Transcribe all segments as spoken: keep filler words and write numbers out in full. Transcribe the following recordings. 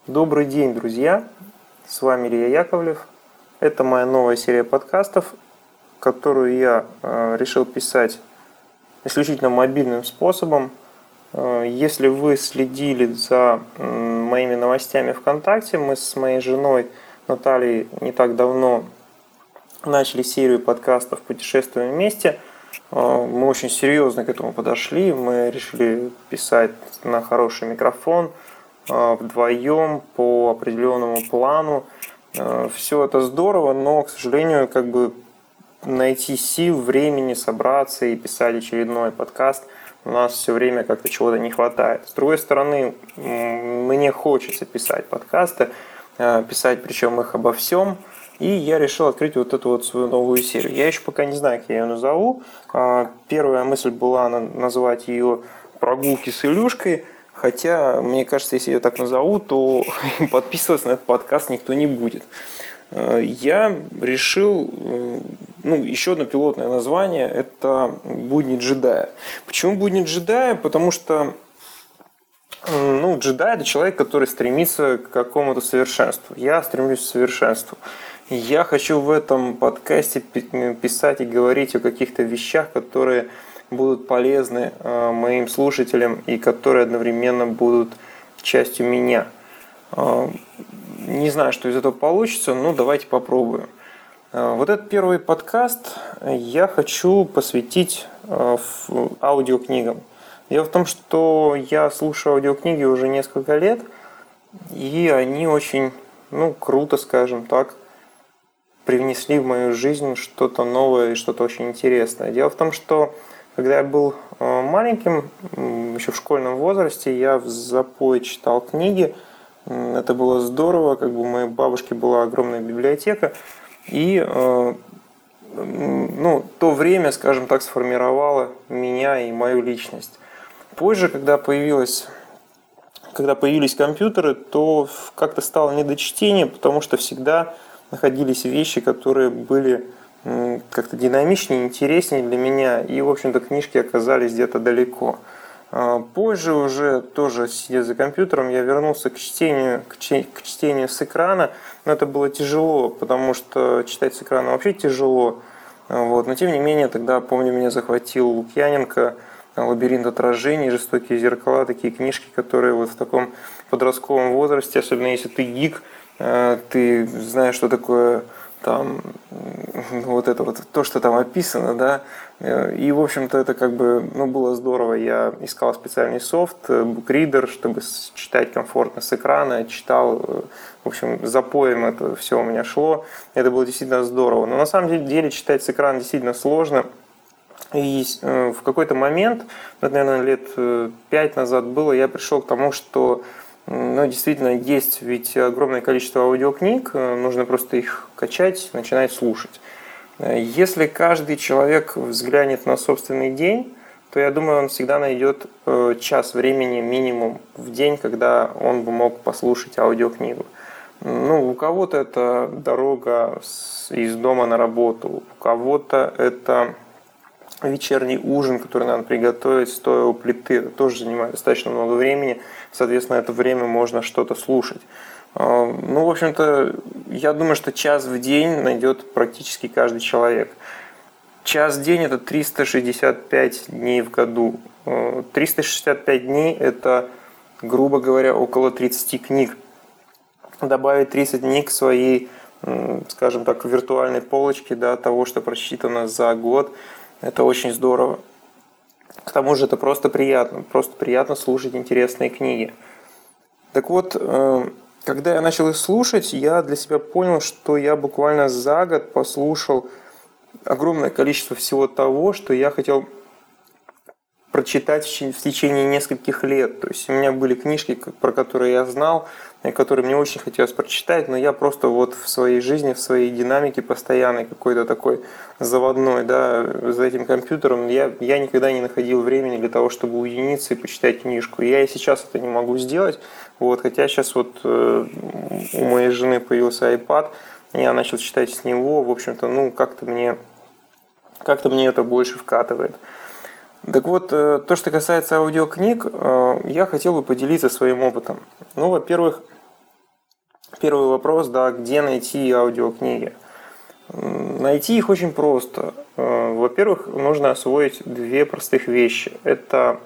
Добрый день, друзья! С вами Илья Яковлев. Это моя новая серия подкастов, которую я э, решил писать исключительно мобильным способом. Э, если вы следили за э, моими новостями ВКонтакте, мы с моей женой Натальей не так давно начали серию подкастов «Путешествуем вместе». Э, мы очень серьезно к этому подошли. Мы решили писать на хороший микрофон, вдвоем по определенному плану. Все это здорово, но, к сожалению, как бы найти сил, времени собраться и писать очередной подкаст у нас все время как-то чего-то не хватает. С другой стороны, мне хочется писать подкасты, писать причем их обо всем, и я решил открыть вот эту вот свою новую серию. Я еще пока не знаю, как я ее назову. Первая мысль была назвать ее «Прогулки с Илюшкой». Хотя, мне кажется, если я так назову, то подписываться на этот подкаст никто не будет. Я решил, ну, еще одно пилотное название – это «Будни джедая». Почему «Будни джедая»? Потому что, ну, джедай – это человек, который стремится к какому-то совершенству. Я стремлюсь к совершенству. Я хочу в этом подкасте писать и говорить о каких-то вещах, которые будут полезны э, моим слушателям и которые одновременно будут частью меня. Э, не знаю, что из этого получится, но давайте попробуем. Э, вот этот первый подкаст я хочу посвятить э, аудиокнигам. Дело в том, что я слушаю аудиокниги уже несколько лет, и они очень, ну, круто, скажем так, привнесли в мою жизнь что-то новое и что-то очень интересное. Дело в том, что когда я был маленьким, еще в школьном возрасте, я в запой читал книги. Это было здорово, как бы у моей бабушки была огромная библиотека. И ну, то время, скажем так, сформировало меня и мою личность. Позже, когда появилось, когда появились компьютеры, то как-то стало не до чтения, потому что всегда находились вещи, которые были как-то динамичнее, интереснее для меня, и, в общем-то, книжки оказались где-то далеко. Позже уже, тоже сидя за компьютером, я вернулся к чтению, к чтению с экрана, но это было тяжело, потому что читать с экрана вообще тяжело. Вот. Но, тем не менее, тогда, помню, меня захватил Лукьяненко, «Лабиринт отражений», «Жестокие зеркала», такие книжки, которые вот в таком подростковом возрасте, особенно если ты гик, ты знаешь, что такое там вот это вот, то, что там описано, да, и, в общем-то, это как бы, ну, было здорово. Я искал специальный софт, букридер, чтобы читать комфортно с экрана, читал, в общем, запоем это все у меня шло, это было действительно здорово. Но на самом деле читать с экрана действительно сложно, и в какой-то момент, это, наверное, лет пять назад было, я пришел к тому, что ну, действительно, есть ведь огромное количество аудиокниг, нужно просто их качать, начинать слушать. Если каждый человек взглянет на собственный день, то, я думаю, он всегда найдет час времени минимум в день, когда он бы мог послушать аудиокнигу. Ну, у кого-то это дорога из дома на работу, у кого-то это вечерний ужин, который надо приготовить, стоя у плиты, это тоже занимает достаточно много времени. Соответственно, это время можно что-то слушать. Ну, в общем-то, я думаю, что час в день найдет практически каждый человек. Час в день – это триста шестьдесят пять дней в году. триста шестьдесят пять дней – это, грубо говоря, около тридцать книг. Добавить тридцать дней к своей, скажем так, виртуальной полочке, да, того, что прочитано за год – это очень здорово. К тому же это просто приятно. Просто приятно слушать интересные книги. Так вот, когда я начал их слушать, я для себя понял, что я буквально за год послушал огромное количество всего того, что я хотел прочитать в течение нескольких лет. То есть у меня были книжки, про которые я знал, которые мне очень хотелось прочитать, но я просто вот в своей жизни, в своей динамике постоянной, какой-то такой заводной, да, за этим компьютером, я, я никогда не находил времени для того, чтобы уединиться и почитать книжку. Я и сейчас это не могу сделать, вот, хотя сейчас вот э, у моей жены появился iPad, я начал читать с него, в общем-то, ну, как-то мне, как-то мне это больше вкатывает. Так вот, то, что касается аудиокниг, я хотел бы поделиться своим опытом. Ну, во-первых, Первый вопрос, да, где найти аудиокниги? Найти их очень просто. Во-первых, нужно освоить две простых вещи. Это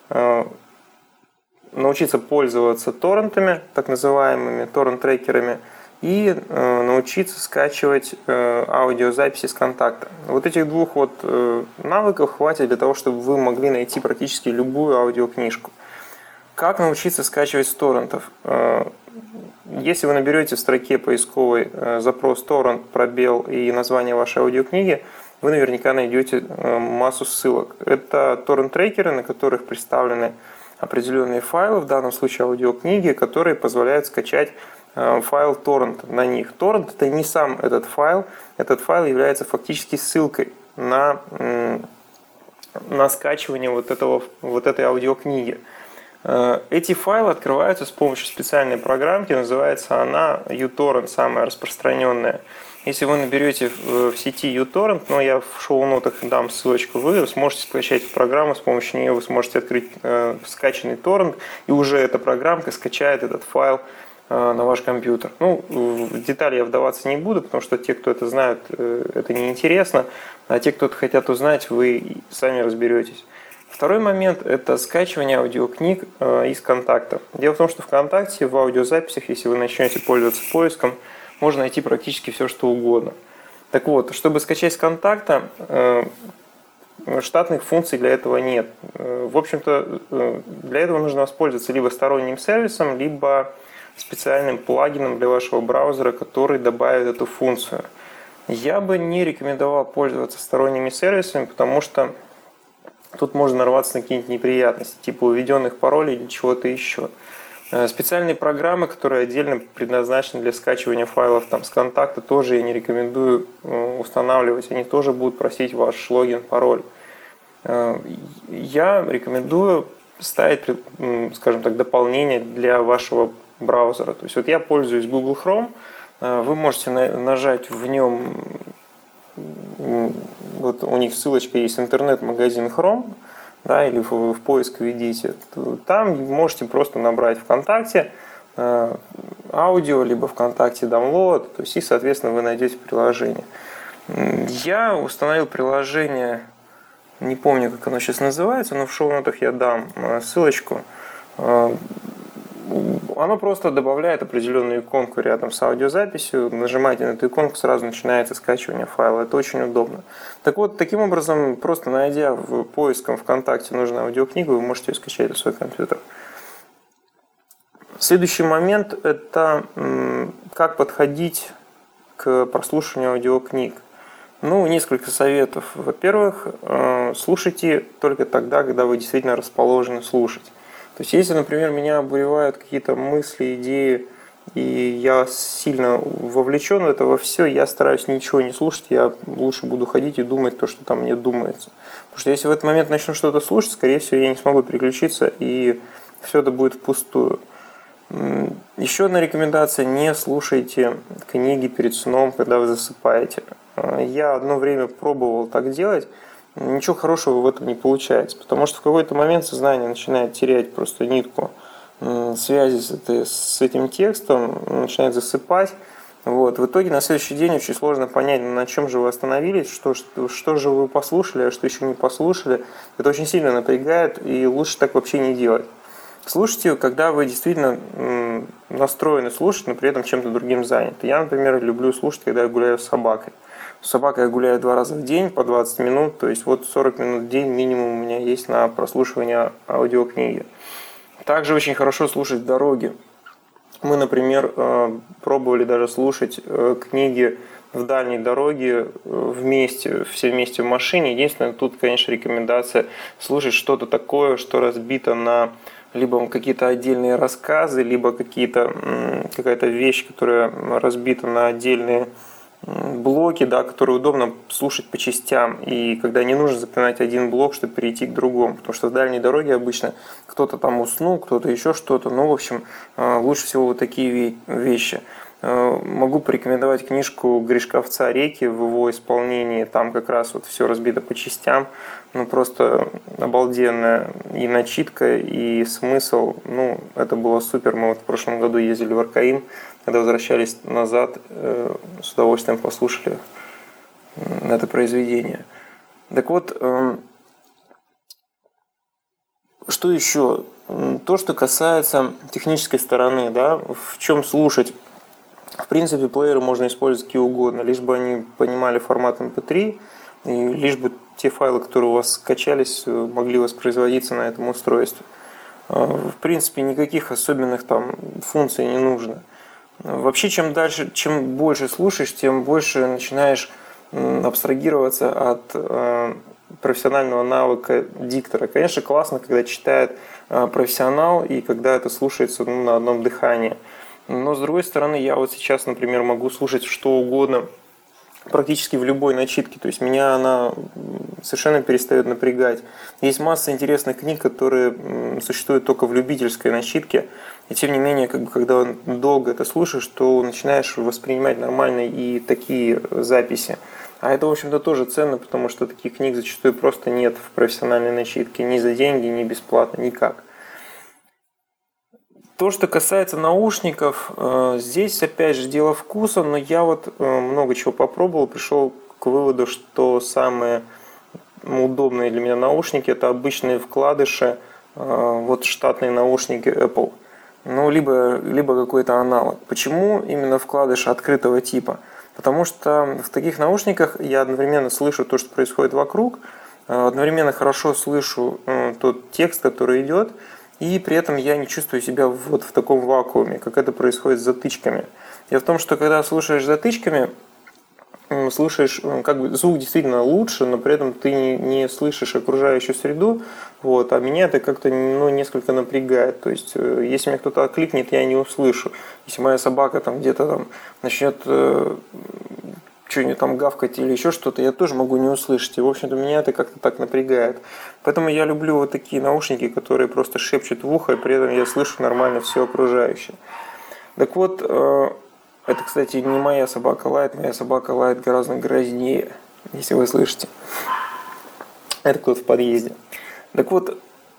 научиться пользоваться торрентами, так называемыми торрент-трекерами, и научиться скачивать аудиозаписи с контакта. Вот этих двух вот навыков хватит для того, чтобы вы могли найти практически любую аудиокнижку. Как научиться скачивать с торрентов? Если вы наберете в строке поисковой запрос торрент, пробел и название вашей аудиокниги, вы наверняка найдете массу ссылок. Это торрент-трекеры, на которых представлены определенные файлы, в данном случае аудиокниги, которые позволяют скачать файл торрента на них. Торрент – это не сам этот файл, этот файл является фактически ссылкой на, на скачивание вот, этого, вот этой аудиокниги. Эти файлы открываются с помощью специальной программки, называется она uTorrent, самая распространенная. Если вы наберете в сети uTorrent, но я в шоу-нотах дам ссылочку, вы сможете скачать программу, с помощью нее вы сможете открыть э, скачанный торрент, и уже эта программка скачает этот файл э, на ваш компьютер. Ну, в детали я вдаваться не буду, потому что те, кто это знают, э, это неинтересно, а те, кто это хотят узнать, вы сами разберетесь. Второй момент – это скачивание аудиокниг э, из контакта. Дело в том, что ВКонтакте в аудиозаписях, если вы начнете пользоваться поиском, можно найти практически все, что угодно. Так вот, чтобы скачать с контакта, э, штатных функций для этого нет. Э, в общем-то, э, для этого нужно воспользоваться либо сторонним сервисом, либо специальным плагином для вашего браузера, который добавит эту функцию. Я бы не рекомендовал пользоваться сторонними сервисами, потому что тут можно нарваться на какие-нибудь неприятности, типа уведенных паролей или чего-то еще. Специальные программы, которые отдельно предназначены для скачивания файлов там, с контакта, тоже я не рекомендую устанавливать. Они тоже будут просить ваш логин, пароль. Я рекомендую ставить, скажем так, дополнение для вашего браузера. То есть вот я пользуюсь Google Chrome. Вы можете нажать в нем, вот у них ссылочка есть, интернет-магазин Chrome. Да, или в, в поиск введите, там можете просто набрать ВКонтакте э, аудио, либо ВКонтакте download, то есть и, соответственно, вы найдете приложение. Я установил приложение, не помню, как оно сейчас называется, но в шоу-нотах я дам ссылочку. Э, оно просто добавляет определенную иконку рядом с аудиозаписью, нажимаете на эту иконку, сразу начинается скачивание файла, это очень удобно. Так вот, таким образом, просто найдя в поиском ВКонтакте нужную аудиокнигу, вы можете ее скачать на свой компьютер. Следующий момент – это как подходить к прослушиванию аудиокниг. Ну, несколько советов. Во-первых, слушайте только тогда, когда вы действительно расположены слушать. То есть, если, например, меня обуревают какие-то мысли, идеи, и я сильно вовлечен в это во все, я стараюсь ничего не слушать, я лучше буду ходить и думать то, что там мне думается. Потому что если в этот момент начну что-то слушать, скорее всего, я не смогу переключиться, и все это будет впустую. Еще одна рекомендация – не слушайте книги перед сном, когда вы засыпаете. Я одно время пробовал так делать. Ничего хорошего в этом не получается, потому что в какой-то момент сознание начинает терять просто нитку связи с, этой, с этим текстом, начинает засыпать. Вот. В итоге на следующий день очень сложно понять, на чем же вы остановились, что, что, что же вы послушали, а что еще не послушали. Это очень сильно напрягает, и лучше так вообще не делать. Слушайте, когда вы действительно настроены слушать, но при этом чем-то другим заняты. Я, например, люблю слушать, когда я гуляю с собакой. С собакой я гуляю два раза в день по двадцать минут, то есть вот сорок минут в день минимум у меня есть на прослушивание аудиокниги. Также очень хорошо слушать в дороге. Мы, например, пробовали даже слушать книги в дальней дороге вместе, все вместе в машине. Единственное, тут, конечно, рекомендация слушать что-то такое, что разбито на либо какие-то отдельные рассказы, либо какие-то, какая-то вещь, которая разбита на отдельные блоки, да, которые удобно слушать по частям, и когда не нужно запоминать один блок, чтобы перейти к другому, потому что в дальней дороге обычно кто-то там уснул, кто-то еще что-то, ну, в общем, лучше всего вот такие вещи. Могу порекомендовать книжку Гришковца «Реки» в его исполнении. Там как раз вот все разбито по частям. Ну, просто обалденная и начитка, и смысл. Ну, это было супер. Мы вот в прошлом году ездили в Аркаим, когда возвращались назад, с удовольствием послушали это произведение. Так вот, что еще? То, что касается технической стороны, да, в чем слушать. В принципе, плееры можно использовать какие угодно, лишь бы они понимали формат эм пэ три, и лишь бы те файлы, которые у вас скачались, могли воспроизводиться на этом устройстве. В принципе, никаких особенных там функций не нужно. Вообще, чем дальше, чем больше слушаешь, тем больше начинаешь абстрагироваться от профессионального навыка диктора. Конечно, классно, когда читает профессионал и когда это слушается ну, на одном дыхании. Но, с другой стороны, я вот сейчас, например, могу слушать что угодно практически в любой начитке. То есть меня она совершенно перестает напрягать. Есть масса интересных книг, которые существуют только в любительской начитке. И тем не менее, как бы, когда долго это слушаешь, то начинаешь воспринимать нормально и такие записи. А это, в общем-то, тоже ценно, потому что таких книг зачастую просто нет в профессиональной начитке. Ни за деньги, ни бесплатно, никак. То, что касается наушников, здесь опять же дело вкуса, но я вот много чего попробовал, пришел к выводу, что самые удобные для меня наушники это обычные вкладыши, вот штатные наушники Apple, ну либо, либо какой-то аналог. Почему именно вкладыши открытого типа? Потому что в таких наушниках я одновременно слышу то, что происходит вокруг, одновременно хорошо слышу тот текст, который идет, и при этом я не чувствую себя вот в таком вакууме, как это происходит с затычками. Дело в том, что когда слушаешь затычками, слушаешь, как бы звук действительно лучше, но при этом ты не, не слышишь окружающую среду, вот, а меня это как-то ну, несколько напрягает. То есть, если меня кто-то окликнет, я не услышу. Если моя собака там где-то там начнет э, что-нибудь там гавкать или еще что-то, я тоже могу не услышать. И, в общем-то, меня это как-то так напрягает. Поэтому я люблю вот такие наушники, которые просто шепчут в ухо, и при этом я слышу нормально все окружающее. Так вот, это, кстати, не моя собака лает, моя собака лает гораздо грознее, если вы слышите. Это кто-то в подъезде. Так вот,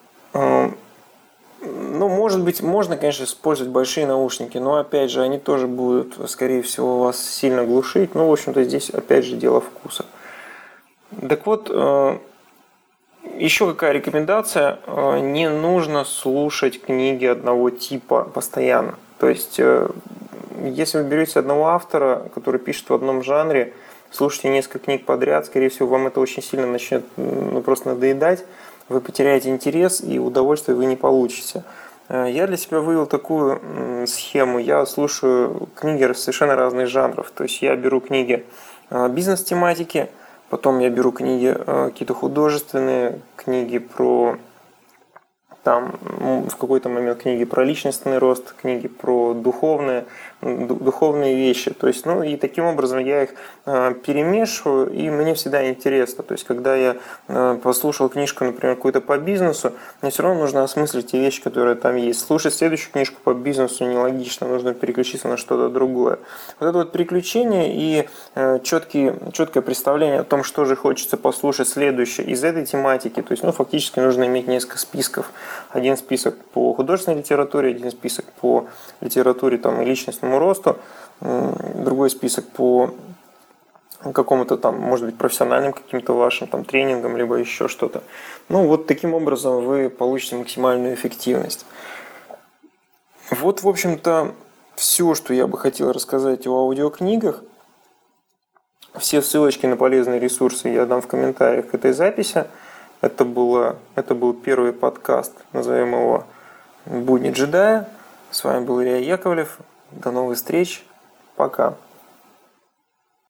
ну, может быть, можно, конечно, использовать большие наушники, но, опять же, они тоже будут, скорее всего, вас сильно глушить. Ну, в общем-то, здесь, опять же, дело вкуса. Так вот, еще какая рекомендация? Не нужно слушать книги одного типа постоянно. То есть, если вы берете одного автора, который пишет в одном жанре, слушаете несколько книг подряд, скорее всего, вам это очень сильно начнет ну, просто надоедать. Вы потеряете интерес и удовольствие вы не получите. Я для себя вывел такую схему. Я слушаю книги совершенно разных жанров. То есть я беру книги бизнес-тематики, потом я беру книги какие-то художественные, книги про там в какой-то момент книги про личностный рост, книги про духовные, духовные вещи. То есть, ну и таким образом я их э, перемешиваю, и мне всегда интересно. То есть, когда я э, послушал книжку, например, какую-то по бизнесу, мне все равно нужно осмыслить те вещи, которые там есть. Слушать следующую книжку по бизнесу нелогично, нужно переключиться на что-то другое. Вот это вот приключение и э, четкие, четкое представление о том, что же хочется послушать следующее из этой тематики. То есть, ну, фактически нужно иметь несколько списков. Один список по художественной литературе, один список по литературе там, и личностному росту, другой список по какому-то там, может быть, профессиональным каким-то вашим там, тренингам, либо еще что-то. Ну, вот таким образом вы получите максимальную эффективность. Вот, в общем-то, все, что я бы хотел рассказать о аудиокнигах. Все ссылочки на полезные ресурсы я дам в комментариях к этой записи. Это, было, это был первый подкаст, назовем его «Будни джедая». С вами был Илья Яковлев. До новых встреч. Пока.